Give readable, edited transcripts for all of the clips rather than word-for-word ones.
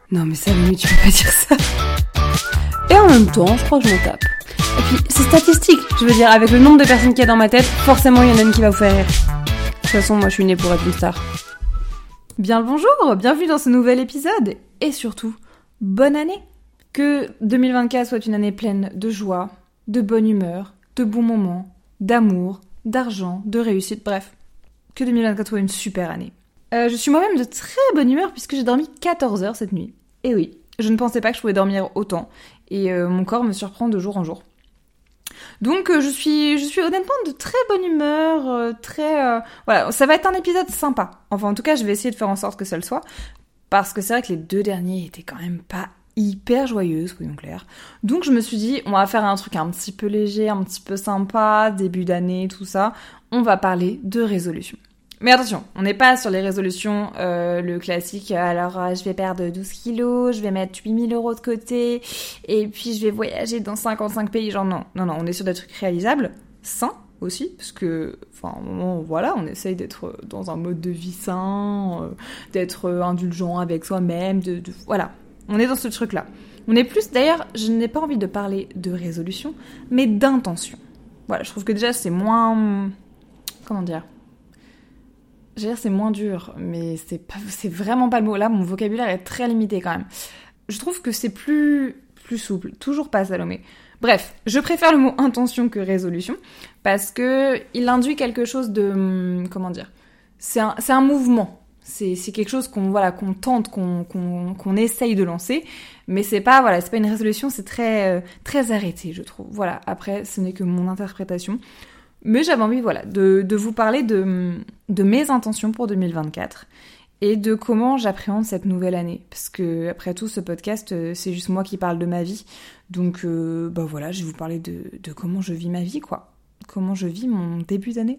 Non mais ça, mais tu peux pas dire ça. Et en même temps, je crois que je m'en tape. Et puis, c'est statistique. Je veux dire, avec le nombre de personnes qu'il y a dans ma tête, forcément il y en a une qui va vous faire rire. De toute façon, moi je suis née pour être une star. Bien le bonjour, bienvenue dans ce nouvel épisode. Et surtout, bonne année. Que 2024 soit une année pleine de joie, de bonne humeur, de bons moments, d'amour, d'argent, de réussite, bref. Que 2024 soit une super année. Je suis moi-même de très bonne humeur puisque j'ai dormi 14 heures cette nuit. Et oui, je ne pensais pas que je pouvais dormir autant. Et mon corps me surprend de jour en jour. Donc je suis honnêtement de très bonne humeur, voilà, ça va être un épisode sympa. Enfin en tout cas je vais essayer de faire en sorte que ça le soit. Parce que c'est vrai que les deux derniers étaient quand même pas hyper joyeux, soyons clairs. Donc je me suis dit, on va faire un truc un petit peu léger, un petit peu sympa, début d'année, tout ça. On va parler de résolution. Mais attention, on n'est pas sur les résolutions, le classique, alors je vais perdre 12 kilos, je vais mettre 8 000 € de côté, et puis je vais voyager dans 55 pays, genre non, on est sur des trucs réalisables, sains aussi, parce que, enfin, au moment, voilà, on essaye d'être dans un mode de vie sain, d'être indulgent avec soi-même, voilà, on est dans ce truc-là. On est plus, d'ailleurs, je n'ai pas envie de parler de résolution, mais d'intention. Voilà, je trouve que déjà c'est moins, comment dire, j'allais dire c'est moins dur, mais c'est vraiment pas le mot. Là, mon vocabulaire est très limité quand même. Je trouve que c'est plus souple. Toujours pas Salomé. Bref, je préfère le mot intention que résolution, parce que il induit quelque chose de... Comment dire ? C'est un mouvement. C'est quelque chose qu'on tente, qu'on essaye de lancer, mais c'est pas une résolution, c'est très arrêté, je trouve. Voilà, après, ce n'est que mon interprétation. Mais j'avais envie, de vous parler de mes intentions pour 2024 et de comment j'appréhende cette nouvelle année. Parce que, après tout, ce podcast, c'est juste moi qui parle de ma vie. Donc, je vais vous parler de comment je vis ma vie, quoi. Comment je vis mon début d'année.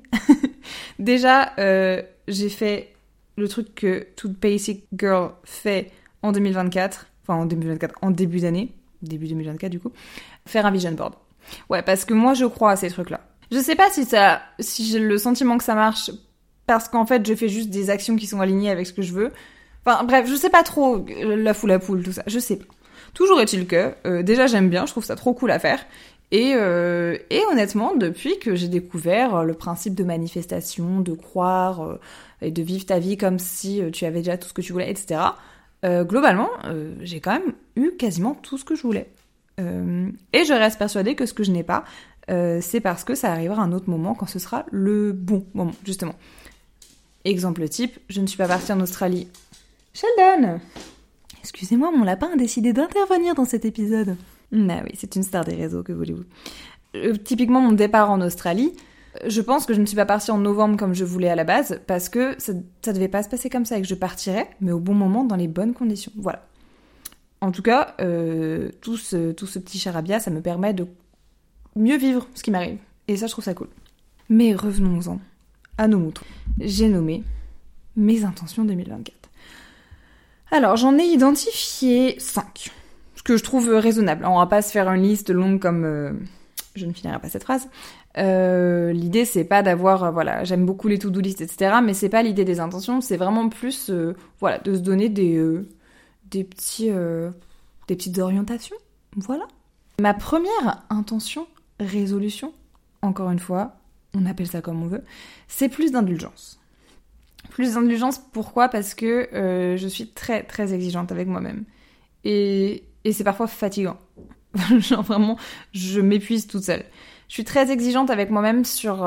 Déjà, j'ai fait le truc que toute basic girl fait en 2024. Enfin, en début d'année. Début 2024, du coup. Faire un vision board. Ouais, parce que moi, je crois à ces trucs-là. Je sais pas si j'ai le sentiment que ça marche parce qu'en fait je fais juste des actions qui sont alignées avec ce que je veux. Enfin bref, je sais pas trop la foule à poule, tout ça, je sais pas. Toujours est-il que, déjà j'aime bien, je trouve ça trop cool à faire. Et honnêtement, depuis que j'ai découvert le principe de manifestation, de croire et de vivre ta vie comme si tu avais déjà tout ce que tu voulais, etc. Globalement, j'ai quand même eu quasiment tout ce que je voulais. Et je reste persuadée que ce que je n'ai pas, c'est parce que ça arrivera à un autre moment quand ce sera le bon moment, justement. Exemple type, je ne suis pas partie en Australie. Sheldon! Excusez-moi, mon lapin a décidé d'intervenir dans cet épisode. Ah oui, c'est une star des réseaux, que voulez-vous. Typiquement, mon départ en Australie, je pense que je ne suis pas partie en novembre comme je voulais à la base, parce que ça devait pas se passer comme ça, et que je partirais, mais au bon moment, dans les bonnes conditions. Voilà. En tout cas, tout ce petit charabia, ça me permet de mieux vivre ce qui m'arrive. Et ça, je trouve ça cool. Mais revenons-en à nos moutons. J'ai nommé mes intentions 2024. Alors, j'en ai identifié 5. Ce que je trouve raisonnable. On va pas se faire une liste longue comme... je ne finirai pas cette phrase. L'idée, c'est pas d'avoir... j'aime beaucoup les to-do list, etc. Mais c'est pas l'idée des intentions. C'est vraiment plus, de se donner des petites orientations. Voilà. Ma première intention, résolution, encore une fois, on appelle ça comme on veut, c'est plus d'indulgence. Plus d'indulgence, pourquoi ? Parce que je suis très très exigeante avec moi-même. Et c'est parfois fatigant. Genre vraiment, je m'épuise toute seule. Je suis très exigeante avec moi-même sur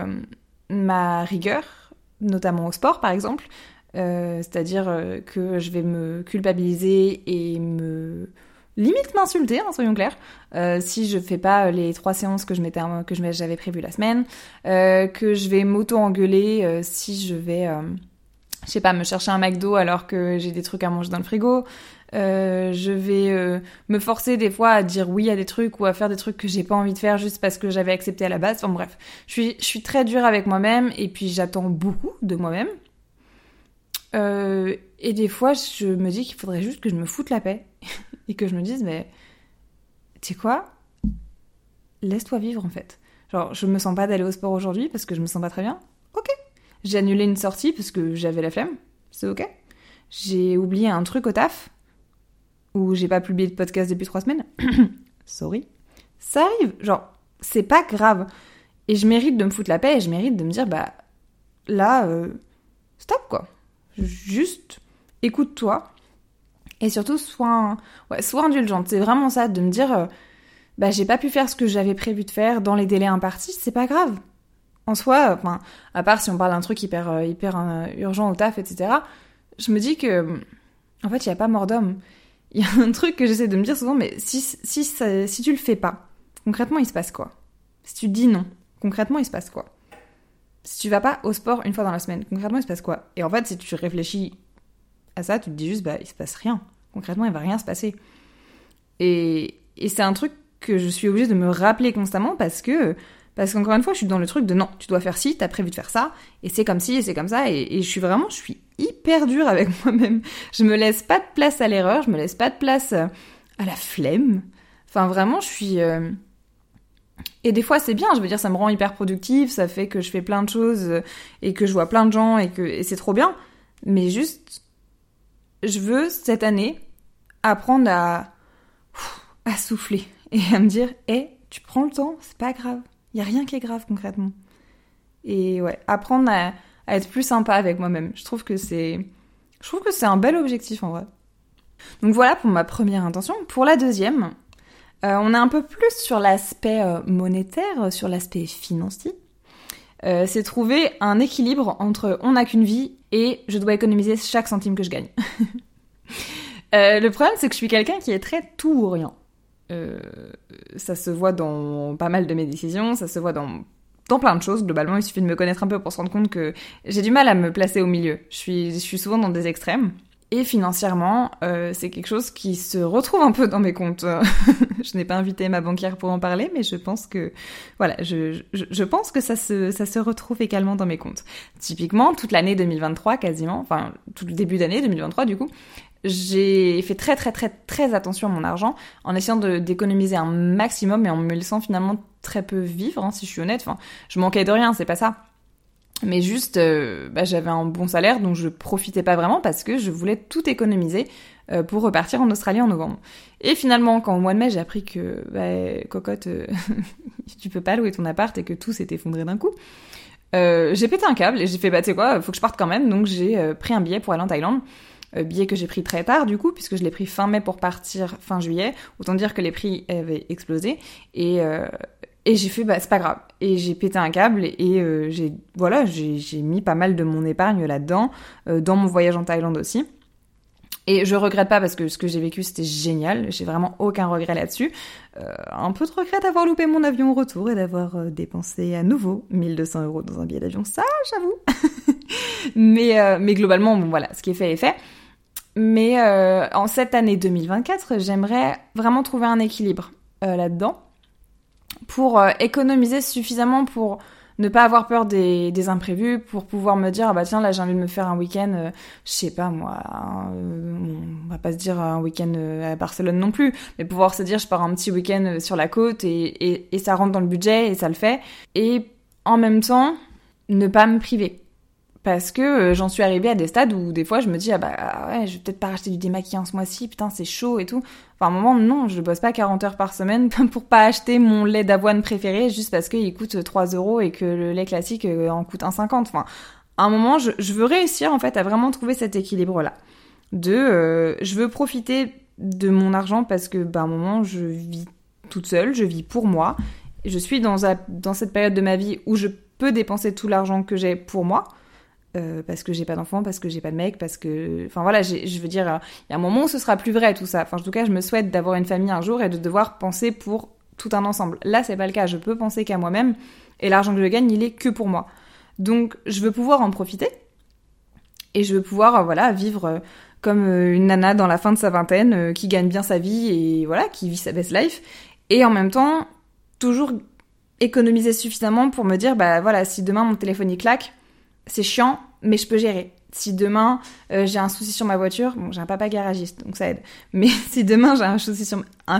ma rigueur, notamment au sport par exemple. C'est-à-dire que je vais me culpabiliser et limite m'insulter, soyons clairs, si je fais pas les 3 séances que j'avais prévues la semaine, que je vais m'auto-engueuler si je vais, me chercher un McDo alors que j'ai des trucs à manger dans le frigo, je vais me forcer des fois à dire oui à des trucs ou à faire des trucs que j'ai pas envie de faire juste parce que j'avais accepté à la base. Enfin bref, je suis très dure avec moi-même et puis j'attends beaucoup de moi-même. Et des fois, je me dis qu'il faudrait juste que je me foute la paix et que je me dise, mais tu sais quoi ? Laisse-toi vivre en fait. Genre, je me sens pas d'aller au sport aujourd'hui parce que je me sens pas très bien. Ok. J'ai annulé une sortie parce que j'avais la flemme. C'est ok. J'ai oublié un truc au taf. ou j'ai pas publié de podcast depuis 3 semaines. Sorry. Ça arrive, genre, c'est pas grave. Et je mérite de me foutre la paix et je mérite de me dire, bah, là, stop, quoi. Juste, écoute-toi. Et surtout, sois indulgente. C'est vraiment ça, de me dire, bah, j'ai pas pu faire ce que j'avais prévu de faire dans les délais impartis, c'est pas grave. En soi, enfin, à part si on parle d'un truc hyper urgent au taf, etc., je me dis que, en fait, il y a pas mort d'homme. Il y a un truc que j'essaie de me dire souvent, mais si tu le fais pas, concrètement, il se passe quoi? Si tu dis non, concrètement, il se passe quoi? Si tu vas pas au sport une fois dans la semaine, concrètement, il se passe quoi? Et en fait, si tu réfléchis à ça, tu te dis juste, bah, il se passe rien. Concrètement, il va rien se passer. Et c'est un truc que je suis obligée de me rappeler constamment parce qu'encore une fois, je suis dans le truc de non, tu dois faire ci, t'as prévu de faire ça, et c'est comme ci, et c'est comme ça, et je suis hyper dure avec moi-même. Je me laisse pas de place à l'erreur, je me laisse pas de place à la flemme. Enfin, vraiment, je suis... Et des fois, c'est bien, je veux dire, ça me rend hyper productive, ça fait que je fais plein de choses, et que je vois plein de gens, et c'est trop bien. Mais juste, je veux, cette année, apprendre à souffler, et à me dire, tu prends le temps, c'est pas grave. Il y a rien qui est grave, concrètement. Et ouais, apprendre à être plus sympa avec moi-même. Je trouve que c'est un bel objectif, en vrai. Donc voilà pour ma première intention. Pour la deuxième, on est un peu plus sur l'aspect monétaire, sur l'aspect financier. C'est trouver un équilibre entre on n'a qu'une vie et je dois économiser chaque centime que je gagne. Le problème, c'est que je suis quelqu'un qui est très tout ou rien. Ça se voit dans pas mal de mes décisions, ça se voit dans plein de choses. Globalement, il suffit de me connaître un peu pour se rendre compte que j'ai du mal à me placer au milieu. Je suis souvent dans des extrêmes. Et financièrement, c'est quelque chose qui se retrouve un peu dans mes comptes. Je n'ai pas invité ma banquière pour en parler, mais je pense que, voilà, je pense que ça se retrouve également dans mes comptes. Typiquement, toute l'année 2023, quasiment, enfin, tout le début d'année 2023, du coup, j'ai fait très très très très attention à mon argent en essayant d'économiser un maximum et en me laissant finalement très peu vivre, hein, si je suis honnête. Enfin, je manquais de rien, c'est pas ça. Mais juste, j'avais un bon salaire, donc je profitais pas vraiment parce que je voulais tout économiser pour repartir en Australie en novembre. Et finalement, quand au mois de mai, j'ai appris que, cocotte, tu peux pas louer ton appart et que tout s'est effondré d'un coup, j'ai pété un câble et j'ai fait, tu sais quoi, faut que je parte quand même. Donc j'ai pris un billet pour aller en Thaïlande. Billet que j'ai pris très tard du coup, puisque je l'ai pris fin mai pour partir fin juillet. Autant dire que les prix avaient explosé. Et j'ai fait, c'est pas grave. Et j'ai pété un câble et j'ai mis pas mal de mon épargne là-dedans, dans mon voyage en Thaïlande aussi. Et je regrette pas parce que ce que j'ai vécu, c'était génial. J'ai vraiment aucun regret là-dessus. Un peu de regret d'avoir loupé mon avion au retour et d'avoir dépensé à nouveau 1 200 € dans un billet d'avion. Ça, j'avoue. mais globalement, bon, voilà, ce qui est fait est fait. Mais en cette année 2024, j'aimerais vraiment trouver un équilibre là-dedans pour économiser suffisamment pour ne pas avoir peur des imprévus, pour pouvoir me dire, tiens, là j'ai envie de me faire un week-end, je sais pas moi, on va pas se dire un week-end à Barcelone non plus, mais pouvoir se dire, je pars un petit week-end sur la côte et ça rentre dans le budget et ça le fait. Et en même temps, ne pas me priver. Parce que j'en suis arrivée à des stades où des fois je me dis je vais peut-être pas racheter du démaquillant ce mois-ci, putain c'est chaud et tout. Enfin à un moment non, je bosse pas 40 heures par semaine pour pas acheter mon lait d'avoine préféré juste parce qu'il coûte 3 € et que le lait classique en coûte 1,50. Enfin à un moment je veux réussir en fait à vraiment trouver cet équilibre là. Je veux profiter de mon argent parce que à un moment je vis toute seule, je vis pour moi. Et je suis dans cette période de ma vie où je peux dépenser tout l'argent que j'ai pour moi. Parce que j'ai pas d'enfant, parce que j'ai pas de mec, parce que... Enfin voilà, je veux dire, il y a un moment où ce sera plus vrai tout ça. Enfin en tout cas, je me souhaite d'avoir une famille un jour et de devoir penser pour tout un ensemble. Là, c'est pas le cas, je peux penser qu'à moi-même, et l'argent que je gagne, il est que pour moi. Donc je veux pouvoir en profiter, et je veux pouvoir, vivre comme une nana dans la fin de sa vingtaine, qui gagne bien sa vie, et voilà, qui vit sa best life, et en même temps, toujours économiser suffisamment pour me dire, si demain mon téléphone il claque, c'est chiant, mais je peux gérer. Si demain, j'ai un souci sur ma voiture, bon, j'ai un papa garagiste, donc ça aide. Mais si demain, j'ai un souci sur... Un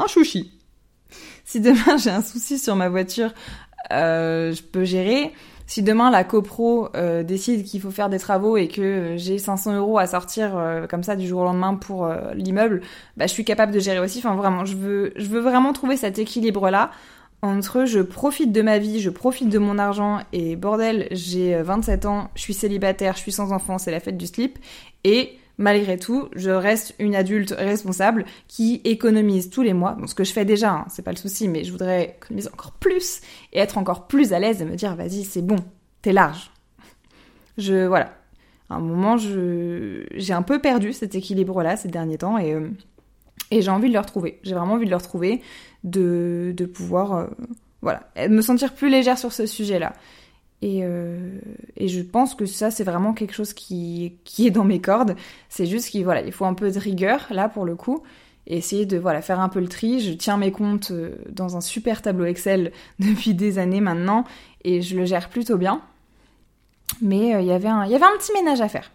chouchi. Si demain, j'ai un souci sur ma voiture, je peux gérer. Si demain la copro décide qu'il faut faire des travaux et que j'ai 500 € à sortir comme ça du jour au lendemain pour l'immeuble, je suis capable de gérer aussi. Enfin vraiment, je veux vraiment trouver cet équilibre-là entre je profite de ma vie, je profite de mon argent et bordel, j'ai 27 ans, je suis célibataire, je suis sans enfant, c'est la fête du slip et malgré tout, je reste une adulte responsable qui économise tous les mois. Bon, ce que je fais déjà, hein, c'est pas le souci, mais je voudrais économiser encore plus et être encore plus à l'aise et me dire, vas-y, c'est bon, t'es large. Voilà. À un moment, j'ai un peu perdu cet équilibre-là ces derniers temps et j'ai envie de le retrouver. J'ai vraiment envie de le retrouver, de pouvoir, me sentir plus légère sur ce sujet-là. Et je pense que ça, c'est vraiment quelque chose qui est dans mes cordes. C'est juste qu'il faut un peu de rigueur, là, pour le coup, et essayer de faire un peu le tri. Je tiens mes comptes dans un super tableau Excel depuis des années maintenant, et je le gère plutôt bien. Mais il y avait un petit ménage à faire.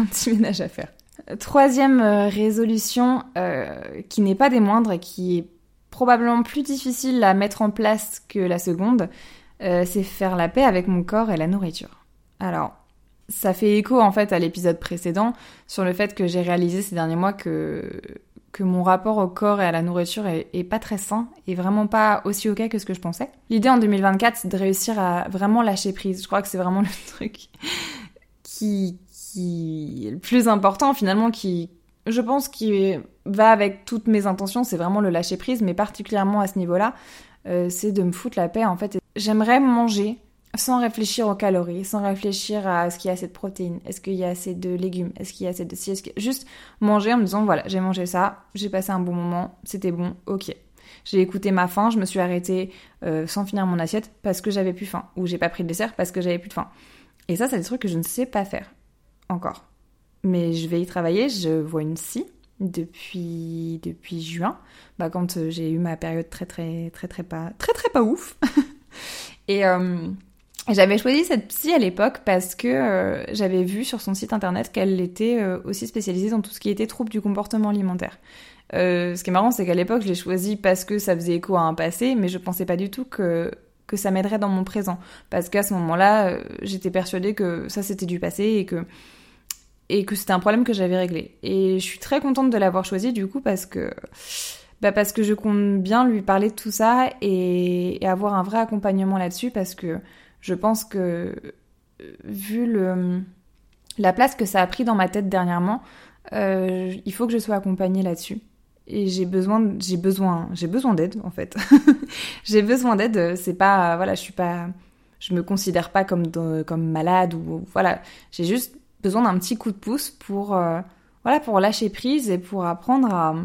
Troisième résolution, qui n'est pas des moindres et qui est probablement plus difficile à mettre en place que la seconde, c'est faire la paix avec mon corps et la nourriture. Alors, ça fait écho en fait à l'épisode précédent sur le fait que j'ai réalisé ces derniers mois que mon rapport au corps et à la nourriture est pas très sain et vraiment pas aussi ok que ce que je pensais. L'idée en 2024, c'est de réussir à vraiment lâcher prise. Je crois que c'est vraiment le truc qui est le plus important finalement, je pense qui va avec toutes mes intentions, c'est vraiment le lâcher prise, mais particulièrement à ce niveau-là, c'est de me foutre la paix en fait. J'aimerais manger sans réfléchir aux calories, sans réfléchir à est-ce qu'il y a assez de protéines, est-ce qu'il y a assez de légumes, est-ce qu'il y a assez de ci, juste manger en me disant voilà, j'ai mangé ça, j'ai passé un bon moment, c'était bon, ok. J'ai écouté ma faim, je me suis arrêtée sans finir mon assiette parce que j'avais plus faim, ou j'ai pas pris de dessert parce que j'avais plus de faim. Et ça, c'est des trucs que je ne sais pas faire encore. Mais je vais y travailler, je vois une psy depuis juin, quand j'ai eu ma période très pas ouf. Et j'avais choisi cette psy à l'époque parce que j'avais vu sur son site internet qu'elle était aussi spécialisée dans tout ce qui était troubles du comportement alimentaire. Ce qui est marrant, c'est qu'à l'époque, je l'ai choisi parce que ça faisait écho à un passé, mais je pensais pas du tout que ça m'aiderait dans mon présent. Parce qu'à ce moment-là, j'étais persuadée que ça, c'était du passé et que c'était un problème que j'avais réglé. Et je suis très contente de l'avoir choisi, du coup, parce que je compte bien lui parler de tout ça et avoir un vrai accompagnement là-dessus, parce que je pense que, vu la place que ça a pris dans ma tête dernièrement, il faut que je sois accompagnée là-dessus. Et j'ai besoin d'aide, en fait. J'ai besoin d'aide, c'est pas, je me considère pas comme malade ou voilà. J'ai juste besoin d'un petit coup de pouce pour lâcher prise et pour apprendre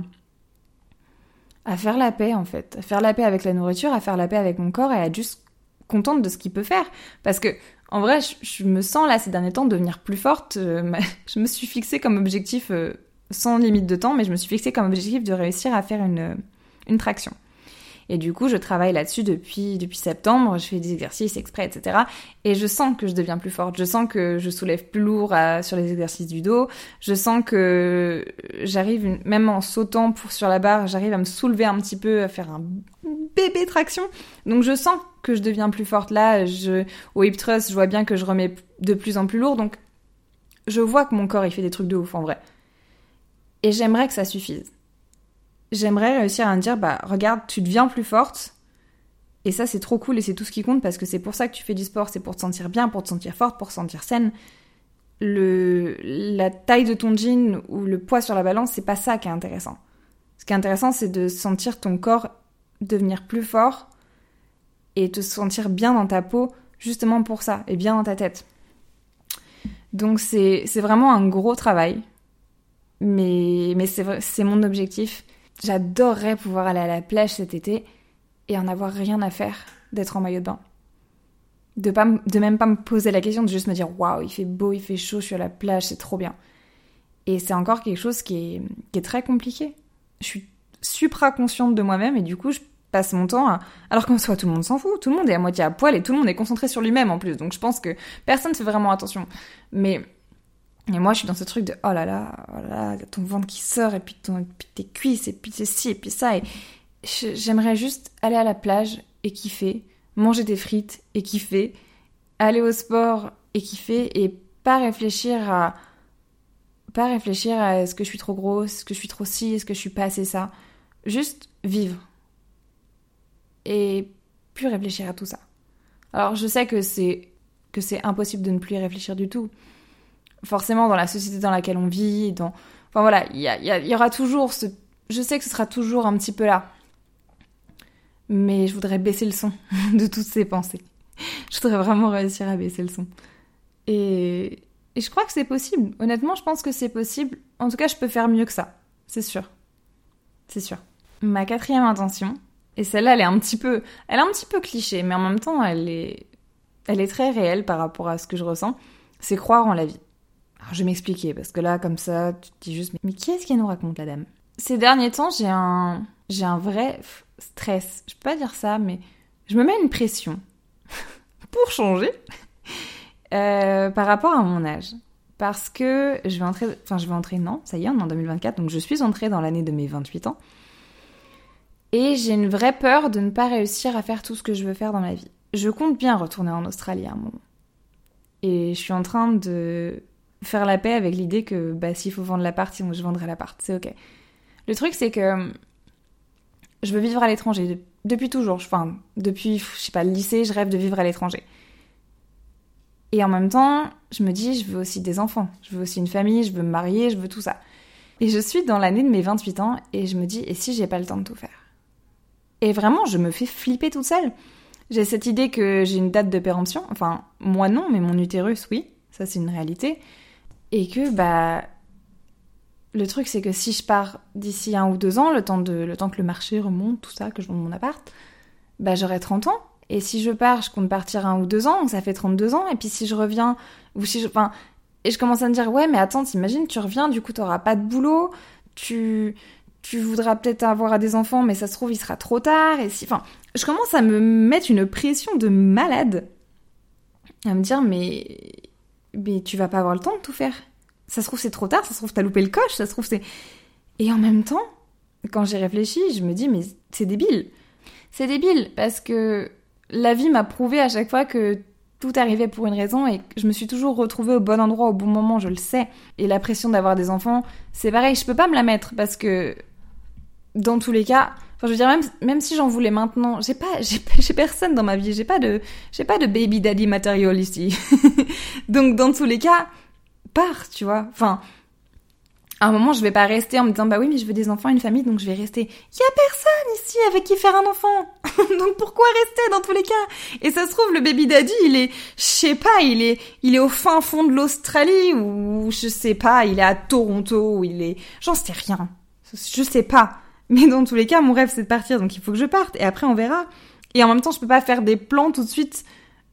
à faire la paix, en fait. À faire la paix avec la nourriture, à faire la paix avec mon corps et à être juste contente de ce qu'il peut faire. Parce que, en vrai, je me sens là ces derniers temps devenir plus forte. Je me suis fixée comme objectif, sans limite de temps, mais je me suis fixée comme objectif de réussir à faire une traction. Et du coup, je travaille là-dessus depuis septembre, je fais des exercices exprès, etc. Et je sens que je deviens plus forte, je sens que je soulève plus lourd sur les exercices du dos, je sens que j'arrive, même en sautant sur la barre, j'arrive à me soulever un petit peu, à faire un bébé traction. Donc je sens que je deviens plus forte là, au hip thrust, je vois bien que je remets de plus en plus lourd, donc je vois que mon corps, il fait des trucs de ouf en vrai. Et j'aimerais que ça suffise. J'aimerais réussir à me dire, regarde, tu deviens plus forte, et ça c'est trop cool et c'est tout ce qui compte parce que c'est pour ça que tu fais du sport, c'est pour te sentir bien, pour te sentir forte, pour te sentir saine. La taille de ton jean ou le poids sur la balance, c'est pas ça qui est intéressant. Ce qui est intéressant, c'est de sentir ton corps devenir plus fort et te sentir bien dans ta peau, justement pour ça, et bien dans ta tête. Donc c'est vraiment un gros travail, mais c'est mon objectif. J'adorerais pouvoir aller à la plage cet été et en avoir rien à faire d'être en maillot de bain. De même pas me poser la question, de juste me dire « Waouh, il fait beau, il fait chaud, je suis à la plage, c'est trop bien ». Et c'est encore quelque chose qui est très compliqué. Je suis supra-consciente de moi-même et du coup, je passe mon temps alors qu'en soi, tout le monde s'en fout. Tout le monde est à moitié à poil et tout le monde est concentré sur lui-même en plus. Donc je pense que personne ne fait vraiment attention. Et moi, je suis dans ce truc de oh là là, ton ventre qui sort, et puis tes cuisses, et puis c'est ci, et puis ça. Et j'aimerais juste aller à la plage et kiffer, manger des frites et kiffer, aller au sport et kiffer et pas réfléchir à est-ce que je suis trop grosse, est-ce que je suis trop ci, est-ce que je suis pas assez ça. Juste vivre. Et plus réfléchir à tout ça. Alors je sais que c'est impossible de ne plus y réfléchir du tout. Forcément, dans la société dans laquelle on vit, enfin voilà, il y aura toujours je sais que ce sera toujours un petit peu là. Mais je voudrais baisser le son de toutes ces pensées. Je voudrais vraiment réussir à baisser le son. Et je crois que c'est possible. Honnêtement, je pense que c'est possible. En tout cas, je peux faire mieux que ça. C'est sûr. C'est sûr. Ma 4e intention, et celle-là, elle est un petit peu cliché, mais en même temps, elle est très réelle par rapport à ce que je ressens, c'est croire en la vie. Alors, je vais m'expliquer, parce que là, comme ça, tu te dis juste, mais qui est-ce qu'elle nous raconte, la dame ? Ces derniers temps, j'ai un vrai stress. Je peux pas dire ça, mais je me mets une pression pour changer par rapport à mon âge. Parce que non, ça y est, on est en 2024, donc je suis entrée dans l'année de mes 28 ans. Et j'ai une vraie peur de ne pas réussir à faire tout ce que je veux faire dans ma vie. Je compte bien retourner en Australie à un moment. Et je suis en train de faire la paix avec l'idée que s'il faut vendre l'appart, sinon je vendrai l'appart, c'est ok. Le truc, c'est que je veux vivre à l'étranger depuis toujours. Enfin, depuis, le lycée, je rêve de vivre à l'étranger. Et en même temps, je me dis, je veux aussi des enfants. Je veux aussi une famille, je veux me marier, je veux tout ça. Et je suis dans l'année de mes 28 ans et je me dis, et si j'ai pas le temps de tout faire ? Et vraiment, je me fais flipper toute seule. J'ai cette idée que j'ai une date de péremption. Enfin, moi non, mais mon utérus, oui. Ça, c'est une réalité. Et que, le truc, c'est que si je pars d'ici 1 ou 2 ans, le temps que le marché remonte, tout ça, que je vende mon appart, j'aurai 30 ans. Et si je pars, je compte partir 1 ou 2 ans, donc ça fait 32 ans. Et puis si je reviens, et je commence à me dire, ouais, mais attends, t'imagines, tu reviens, du coup, t'auras pas de boulot, tu voudras peut-être avoir des enfants, mais ça se trouve, il sera trop tard. Et je commence à me mettre une pression de malade. À me dire, mais tu vas pas avoir le temps de tout faire. Ça se trouve, c'est trop tard, ça se trouve, t'as loupé le coche, ça se trouve, c'est... Et en même temps, quand j'y réfléchis, je me dis, mais c'est débile. C'est débile, parce que la vie m'a prouvé à chaque fois que tout arrivait pour une raison et que je me suis toujours retrouvée au bon endroit, au bon moment, je le sais. Et la pression d'avoir des enfants, c'est pareil, je peux pas me la mettre, parce que dans tous les cas... Enfin, je veux dire, même si j'en voulais maintenant, j'ai personne dans ma vie, j'ai pas de baby daddy matériel ici. Donc, dans tous les cas, pars, tu vois. Enfin, à un moment, je vais pas rester en me disant, oui, mais je veux des enfants, une famille, donc je vais rester. Y a personne ici avec qui faire un enfant. Donc, pourquoi rester dans tous les cas? Et ça se trouve, le baby daddy, il est, je sais pas, il est au fin fond de l'Australie, ou je sais pas, il est à Toronto, ou j'en sais rien. Je sais pas. Mais dans tous les cas, mon rêve, c'est de partir, donc il faut que je parte. Et après, on verra. Et en même temps, je peux pas faire des plans tout de suite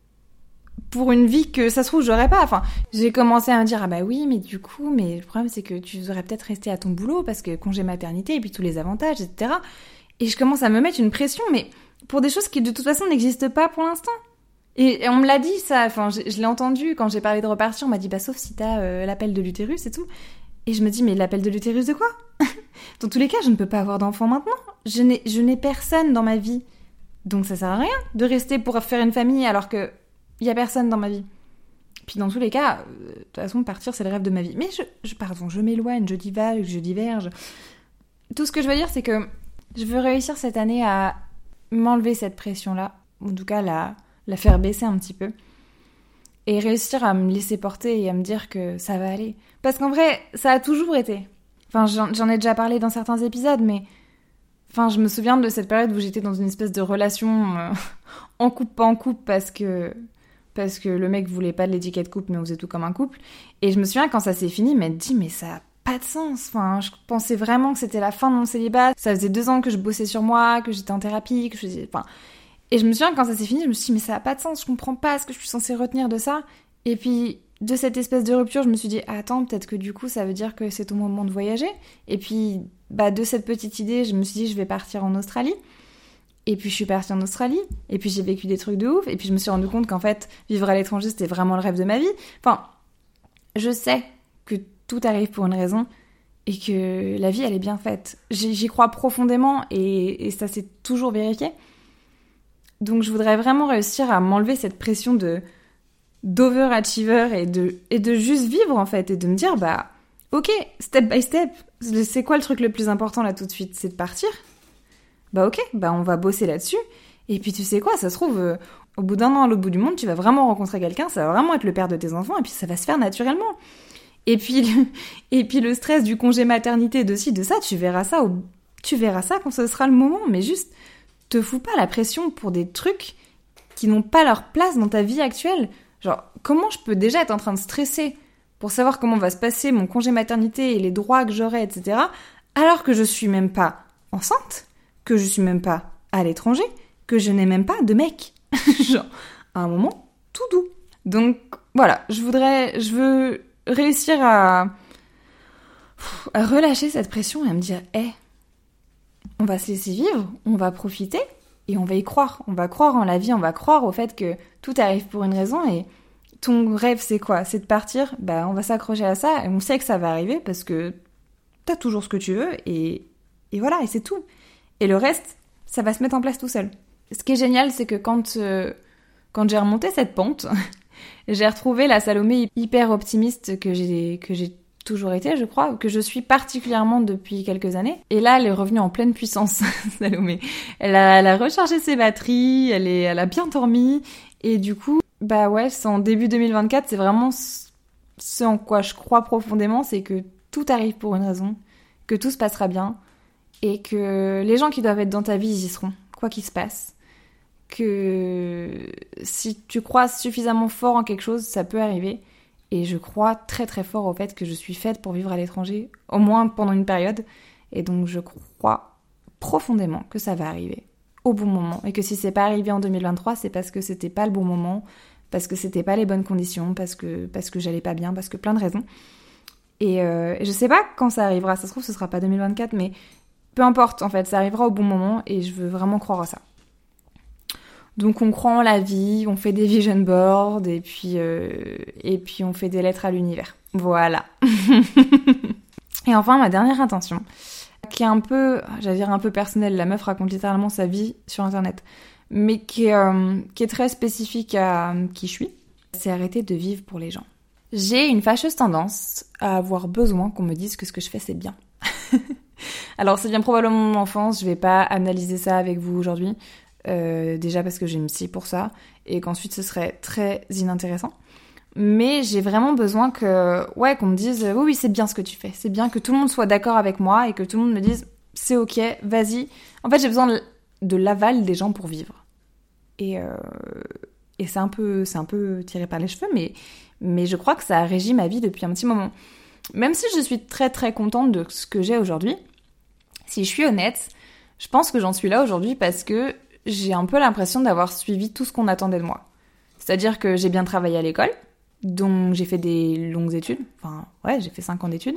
pour une vie que ça se trouve, j'aurais pas. Enfin, j'ai commencé à me dire, oui, mais du coup, mais le problème, c'est que tu devrais peut-être rester à ton boulot, parce que congé maternité, et puis tous les avantages, etc. Et je commence à me mettre une pression, mais pour des choses qui, de toute façon, n'existent pas pour l'instant. Et on me l'a dit, ça. Enfin, je l'ai entendu quand j'ai parlé de repartir. On m'a dit, sauf si t'as l'appel de l'utérus et tout. Et je me dis, mais l'appel de l'utérus de quoi? Dans tous les cas, je ne peux pas avoir d'enfant maintenant. Je n'ai personne dans ma vie. Donc ça sert à rien de rester pour faire une famille alors que y a personne dans ma vie. Puis dans tous les cas, de toute façon, partir, c'est le rêve de ma vie. Mais je m'éloigne, je divague, je diverge. Tout ce que je veux dire, c'est que je veux réussir cette année à m'enlever cette pression-là. En tout cas, la faire baisser un petit peu. Et réussir à me laisser porter et à me dire que ça va aller. Parce qu'en vrai, ça a toujours été. Enfin, j'en ai déjà parlé dans certains épisodes, mais... Enfin, je me souviens de cette période où j'étais dans une espèce de relation en couple, pas en couple, parce que le mec voulait pas de l'étiquette couple, mais on faisait tout comme un couple. Et je me souviens, quand ça s'est fini, m'être dit, mais ça a pas de sens. Enfin, je pensais vraiment que c'était la fin de mon célibat. Ça faisait 2 ans que je bossais sur moi, que j'étais en thérapie, que je faisais... Enfin... Et je me souviens, quand ça s'est fini, je me suis dit, mais ça a pas de sens, je comprends pas ce que je suis censée retenir de ça. Et puis, de cette espèce de rupture, je me suis dit, attends, peut-être que du coup, ça veut dire que c'est ton moment de voyager. Et puis, de cette petite idée, je me suis dit, je vais partir en Australie. Et puis, je suis partie en Australie. Et puis, j'ai vécu des trucs de ouf. Et puis, je me suis rendu compte qu'en fait, vivre à l'étranger, c'était vraiment le rêve de ma vie. Enfin, je sais que tout arrive pour une raison et que la vie, elle est bien faite. J'y crois profondément et ça s'est toujours vérifié. Donc je voudrais vraiment réussir à m'enlever cette pression de d'overachiever et de juste vivre en fait et de me dire ok, step by step, c'est quoi le truc le plus important là tout de suite, c'est de partir. Ok, on va bosser là-dessus. Et puis tu sais quoi, ça se trouve au bout d'un an à l'autre bout du monde, tu vas vraiment rencontrer quelqu'un, ça va vraiment être le père de tes enfants et puis ça va se faire naturellement. Et puis le stress du congé maternité de ci de ça, tu verras ça quand ce sera le moment, mais juste te fous pas la pression pour des trucs qui n'ont pas leur place dans ta vie actuelle. Genre, comment je peux déjà être en train de stresser pour savoir comment va se passer mon congé maternité et les droits que j'aurai, etc., alors que je suis même pas enceinte, que je suis même pas à l'étranger, que je n'ai même pas de mec. Genre, à un moment, tout doux. Donc, voilà, je veux réussir à relâcher cette pression et à me dire, on va se laisser vivre, on va profiter et on va y croire. On va croire en la vie, on va croire au fait que tout arrive pour une raison et ton rêve c'est quoi ? C'est de partir ? On va s'accrocher à ça et on sait que ça va arriver parce que t'as toujours ce que tu veux et voilà, et c'est tout. Et le reste, ça va se mettre en place tout seul. Ce qui est génial, c'est que quand j'ai remonté cette pente, j'ai retrouvé la Salomé hyper optimiste que j'ai toujours été, je crois, que je suis particulièrement depuis quelques années. Et là, elle est revenue en pleine puissance, Salomé. Elle a rechargé ses batteries, elle a bien dormi. Et du coup, en début 2024, c'est vraiment ce en quoi je crois profondément, c'est que tout arrive pour une raison, que tout se passera bien, et que les gens qui doivent être dans ta vie, ils y seront, quoi qu'il se passe. Que si tu crois suffisamment fort en quelque chose, ça peut arriver. Et je crois très très fort au fait que je suis faite pour vivre à l'étranger, au moins pendant une période. Et donc je crois profondément que ça va arriver au bon moment. Et que si c'est pas arrivé en 2023, c'est parce que c'était pas le bon moment, parce que c'était pas les bonnes conditions, parce que j'allais pas bien, parce que plein de raisons. Et je sais pas quand ça arrivera, ça se trouve ce sera pas 2024, mais peu importe en fait, ça arrivera au bon moment et je veux vraiment croire à ça. Donc on croit en la vie, on fait des vision boards et puis on fait des lettres à l'univers. Voilà. Et enfin ma dernière intention, qui est un peu, j'allais dire un peu personnelle, la meuf raconte littéralement sa vie sur internet, mais qui est très spécifique à qui je suis, c'est arrêter de vivre pour les gens. J'ai une fâcheuse tendance à avoir besoin qu'on me dise que ce que je fais c'est bien. Alors c'est bien probablement mon enfance, je vais pas analyser ça avec vous aujourd'hui. Déjà parce que j'ai une psy pour ça et qu'ensuite ce serait très inintéressant, mais j'ai vraiment besoin qu'on me dise oui c'est bien ce que tu fais, c'est bien que tout le monde soit d'accord avec moi et que tout le monde me dise c'est ok, vas-y. En fait j'ai besoin de l'aval des gens pour vivre et c'est un peu tiré par les cheveux, mais je crois que ça a régi ma vie depuis un petit moment, même si je suis très très contente de ce que j'ai aujourd'hui. Si je suis honnête, je pense que j'en suis là aujourd'hui parce que j'ai un peu l'impression d'avoir suivi tout ce qu'on attendait de moi. C'est-à-dire que j'ai bien travaillé à l'école, donc j'ai fait des longues études. Enfin, j'ai fait 5 ans d'études.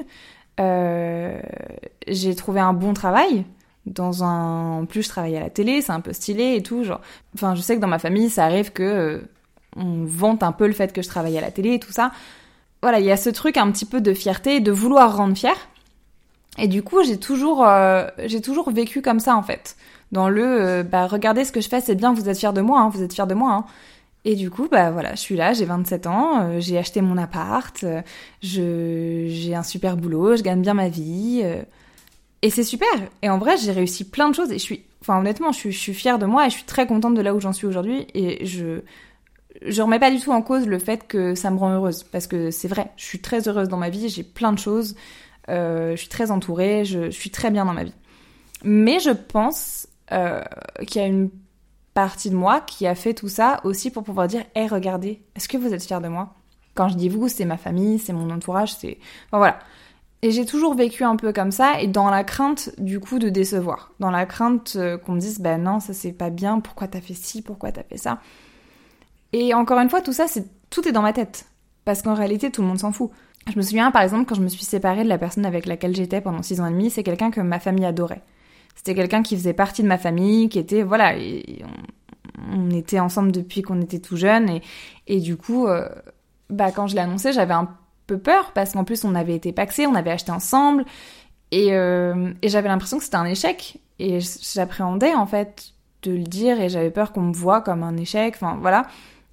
J'ai trouvé un bon travail. En plus, je travaillais à la télé, c'est un peu stylé et tout. Genre... Enfin, je sais que dans ma famille, ça arrive que on vante un peu le fait que je travaille à la télé et tout ça. Voilà, il y a ce truc un petit peu de fierté, de vouloir rendre fière. Et du coup, j'ai toujours vécu comme ça, en fait. Dans regardez ce que je fais, c'est bien, vous êtes fiers de moi, vous êtes fiers de moi, hein. Et du coup, je suis là, j'ai 27 ans, j'ai acheté mon appart, j'ai un super boulot, je gagne bien ma vie, et c'est super. Et en vrai, j'ai réussi plein de choses, et honnêtement, je suis fière de moi, et je suis très contente de là où j'en suis aujourd'hui, et je remets pas du tout en cause le fait que ça me rend heureuse, parce que c'est vrai, je suis très heureuse dans ma vie, j'ai plein de choses, je suis très entourée, je suis très bien dans ma vie. Mais je pense qu'il y a une partie de moi qui a fait tout ça aussi pour pouvoir dire « Hey, regardez, est-ce que vous êtes fiers de moi ?» Quand je dis vous, c'est ma famille, c'est mon entourage, c'est... Enfin, voilà. Et j'ai toujours vécu un peu comme ça, et dans la crainte, du coup, de décevoir. Dans la crainte qu'on me dise « non, ça c'est pas bien, pourquoi t'as fait ci, pourquoi t'as fait ça ?» Et encore une fois, tout ça, tout est dans ma tête. Parce qu'en réalité, tout le monde s'en fout. Je me souviens, par exemple, quand je me suis séparée de la personne avec laquelle j'étais pendant 6 ans et demi, c'est quelqu'un que ma famille adorait. C'était quelqu'un qui faisait partie de ma famille, qui était, voilà, on était ensemble depuis qu'on était tout jeunes, et du coup, quand je l'ai annoncé, j'avais un peu peur, parce qu'en plus, on avait été pacsés, on avait acheté ensemble, et j'avais l'impression que c'était un échec, et j'appréhendais, en fait, de le dire, et j'avais peur qu'on me voie comme un échec, enfin, voilà.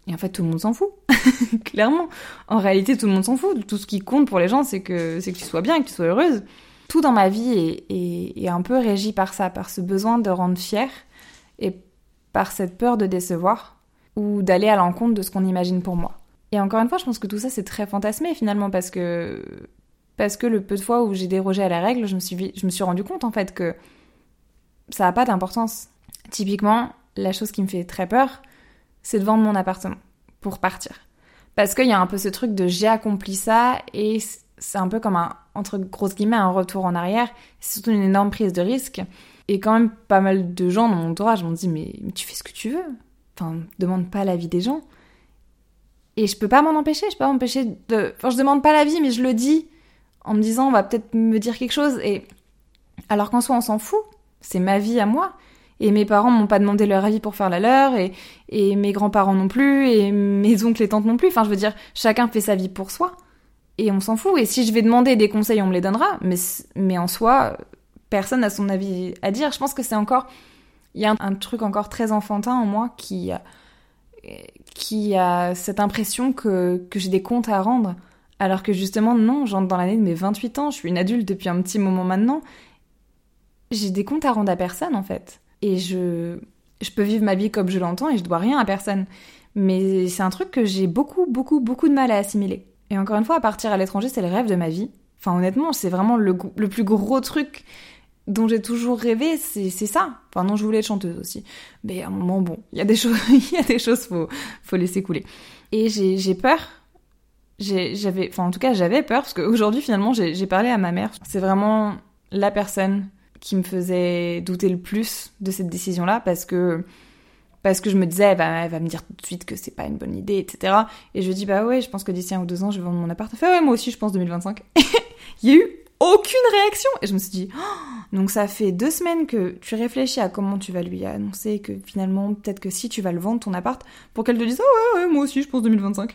Et en fait, tout le monde s'en fout. Clairement. En réalité, tout le monde s'en fout. Tout ce qui compte pour les gens, c'est que tu sois bien, que tu sois heureuse. Tout dans ma vie est un peu régi par ça, par ce besoin de rendre fier et par cette peur de décevoir ou d'aller à l'encontre de ce qu'on imagine pour moi. Et encore une fois, je pense que tout ça, c'est très fantasmé finalement parce que le peu de fois où j'ai dérogé à la règle, je me suis rendu compte en fait que ça n'a pas d'importance. Typiquement, la chose qui me fait très peur, c'est de vendre mon appartement pour partir. Parce qu'il y a un peu ce truc de j'ai accompli ça et c'est un peu comme entre grosses guillemets, un retour en arrière. C'est surtout une énorme prise de risque. Et quand même, pas mal de gens dans mon entourage m'ont dit mais tu fais ce que tu veux. Enfin, demande pas l'avis des gens. Et je peux pas m'en empêcher. Je peux pas m'empêcher de... Enfin, je demande pas l'avis, mais je le dis en me disant on va peut-être me dire quelque chose. Et alors qu'en soi, on s'en fout. C'est ma vie à moi. Et mes parents m'ont pas demandé leur avis pour faire la leur, et mes grands-parents non plus, et mes oncles et tantes non plus. Enfin, je veux dire, chacun fait sa vie pour soi. Et on s'en fout. Et si je vais demander des conseils, on me les donnera. Mais en soi, personne n'a son avis à dire. Je pense que c'est encore... Il y a un truc encore très enfantin en moi qui a cette impression que j'ai des comptes à rendre. Alors que justement, non, j'entre dans l'année de mes 28 ans. Je suis une adulte depuis un petit moment maintenant. J'ai des comptes à rendre à personne, en fait. Et je peux vivre ma vie comme je l'entends et je dois rien à personne. Mais c'est un truc que j'ai beaucoup, beaucoup, beaucoup de mal à assimiler. Et encore une fois, partir à l'étranger, c'est le rêve de ma vie. Enfin, honnêtement, c'est vraiment le plus gros truc dont j'ai toujours rêvé, c'est ça. Enfin, non, je voulais être chanteuse aussi. Mais à un moment, bon, il y a des choses, faut laisser couler. Et j'ai peur. En tout cas, j'avais peur, parce qu'aujourd'hui, finalement, j'ai parlé à ma mère. C'est vraiment la personne qui me faisait douter le plus de cette décision-là, parce que je me disais, elle va me dire tout de suite que c'est pas une bonne idée, etc. Et je lui dis, bah ouais, je pense que d'ici 1 ou 2 ans, je vais vendre mon appart. Elle fait, ouais, moi aussi, je pense 2025. Il y a eu aucune réaction. Et je me suis dit, oh, donc ça fait 2 semaines que tu réfléchis à comment tu vas lui annoncer que finalement, peut-être que si tu vas le vendre, ton appart, pour qu'elle te dise, ah ouais, moi aussi, je pense 2025.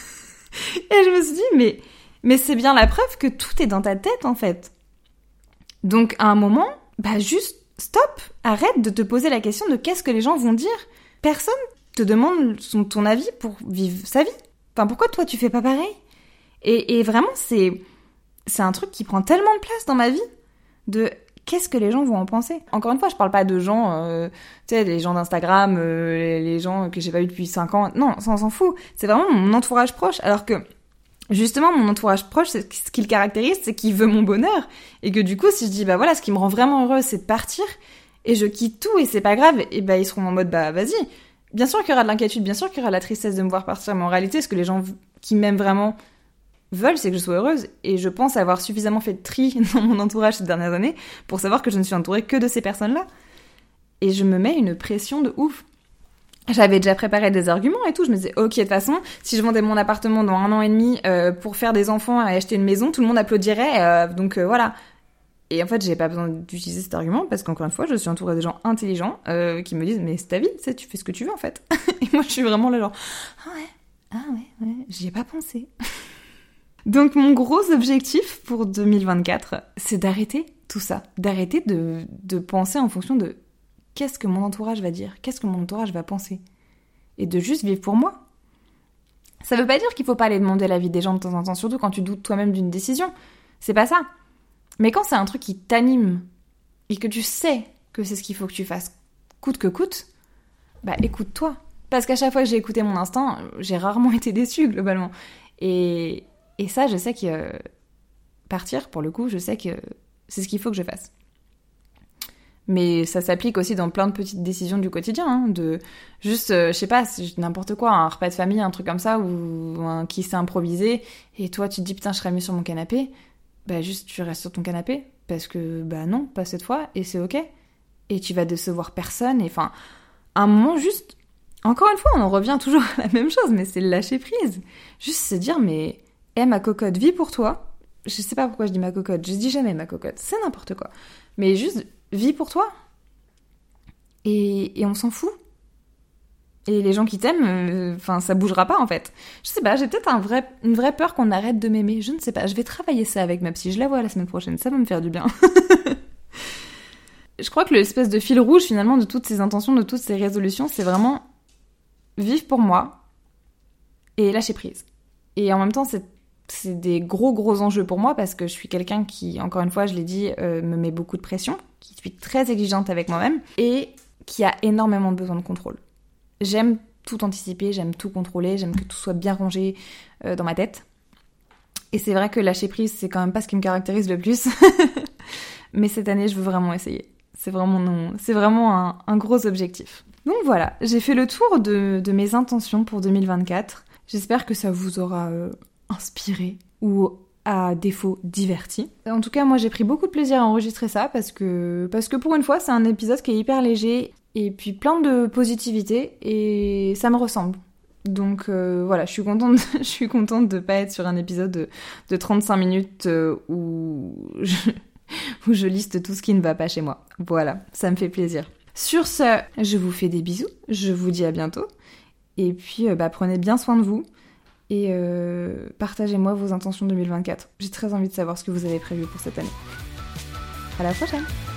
Et je me suis dit, mais c'est bien la preuve que tout est dans ta tête, en fait. Donc, à un moment, bah juste stop, arrête de te poser la question de qu'est-ce que les gens vont dire. Personne te demande ton avis pour vivre sa vie. Enfin, pourquoi toi, tu fais pas pareil ? Et vraiment, c'est un truc qui prend tellement de place dans ma vie, de qu'est-ce que les gens vont en penser. Encore une fois, je parle pas de gens, tu sais, les gens d'Instagram, les gens que j'ai pas vus depuis 5 ans. Non, ça, on s'en fout. C'est vraiment mon entourage proche, alors que... Justement, mon entourage proche, ce qui le caractérise, c'est qu'il veut mon bonheur. Et que du coup, si je dis, bah voilà, ce qui me rend vraiment heureuse, c'est de partir, et je quitte tout, et c'est pas grave, et bah ils seront en mode, bah vas-y. Bien sûr qu'il y aura de l'inquiétude, bien sûr qu'il y aura de la tristesse de me voir partir, mais en réalité, ce que les gens qui m'aiment vraiment veulent, c'est que je sois heureuse. Et je pense avoir suffisamment fait de tri dans mon entourage ces dernières années pour savoir que je ne suis entourée que de ces personnes-là. Et je me mets une pression de ouf. J'avais déjà préparé des arguments et tout, je me disais, ok, de toute façon, si je vendais mon appartement dans 1 an et demi pour faire des enfants et acheter une maison, tout le monde applaudirait, donc voilà. Et en fait, j'ai pas besoin d'utiliser cet argument, parce qu'encore une fois, je suis entourée de gens intelligents qui me disent, mais c'est ta vie, tu fais ce que tu veux en fait. Et moi, je suis vraiment là genre, ah ouais, j'y ai pas pensé. Donc mon gros objectif pour 2024, c'est d'arrêter tout ça, d'arrêter de penser en fonction de qu'est-ce que mon entourage va dire, qu'est-ce que mon entourage va penser, et de juste vivre pour moi. Ça veut pas dire qu'il faut pas aller demander l'avis des gens de temps en temps, surtout quand tu doutes toi-même d'une décision. C'est pas ça. Mais quand c'est un truc qui t'anime, et que tu sais que c'est ce qu'il faut que tu fasses, coûte que coûte, bah écoute-toi. Parce qu'à chaque fois que j'ai écouté mon instinct, j'ai rarement été déçue, globalement. Et ça, je sais que... Partir, pour le coup, je sais que c'est ce qu'il faut que je fasse. Mais ça s'applique aussi dans plein de petites décisions du quotidien, hein, de juste, je sais pas, n'importe quoi, un repas de famille, un truc comme ça, ou qui s'est improvisé, et toi tu te dis putain je serais mieux sur mon canapé, bah juste tu restes sur ton canapé, parce que bah non, pas cette fois, et c'est ok, et tu vas décevoir personne, et enfin, à un moment juste, encore une fois on en revient toujours à la même chose, mais c'est le lâcher prise, juste se dire mais, ma cocotte, vis pour toi, je sais pas pourquoi je dis ma cocotte, je dis jamais ma cocotte, c'est n'importe quoi, mais juste... Vis pour toi. Et on s'en fout. Et les gens qui t'aiment, ça bougera pas en fait. Je sais pas, j'ai peut-être une vraie peur qu'on arrête de m'aimer. Je ne sais pas, je vais travailler ça avec ma psy. Je la vois la semaine prochaine, ça va me faire du bien. Je crois que l'espèce de fil rouge finalement de toutes ces intentions, de toutes ces résolutions, c'est vraiment vivre pour moi, et lâcher prise. Et en même temps, c'est des gros enjeux pour moi parce que je suis quelqu'un qui, encore une fois, je l'ai dit, me met beaucoup de pression, qui suis très exigeante avec moi-même et qui a énormément besoin de contrôle. J'aime tout anticiper, j'aime tout contrôler, j'aime que tout soit bien rangé dans ma tête. Et c'est vrai que lâcher prise, c'est quand même pas ce qui me caractérise le plus. Mais cette année, je veux vraiment essayer. C'est vraiment un gros objectif. Donc voilà, j'ai fait le tour de mes intentions pour 2024. J'espère que ça vous aura inspiré ou à défaut diverti. En tout cas, moi j'ai pris beaucoup de plaisir à enregistrer ça parce que pour une fois, c'est un épisode qui est hyper léger et puis plein de positivité et ça me ressemble. Donc voilà, je suis contente de pas être sur un épisode de 35 minutes où je liste tout ce qui ne va pas chez moi. Voilà, ça me fait plaisir. Sur ce, je vous fais des bisous, je vous dis à bientôt. Et puis prenez bien soin de vous et partagez-moi vos intentions 2024. J'ai très envie de savoir ce que vous avez prévu pour cette année. À la prochaine!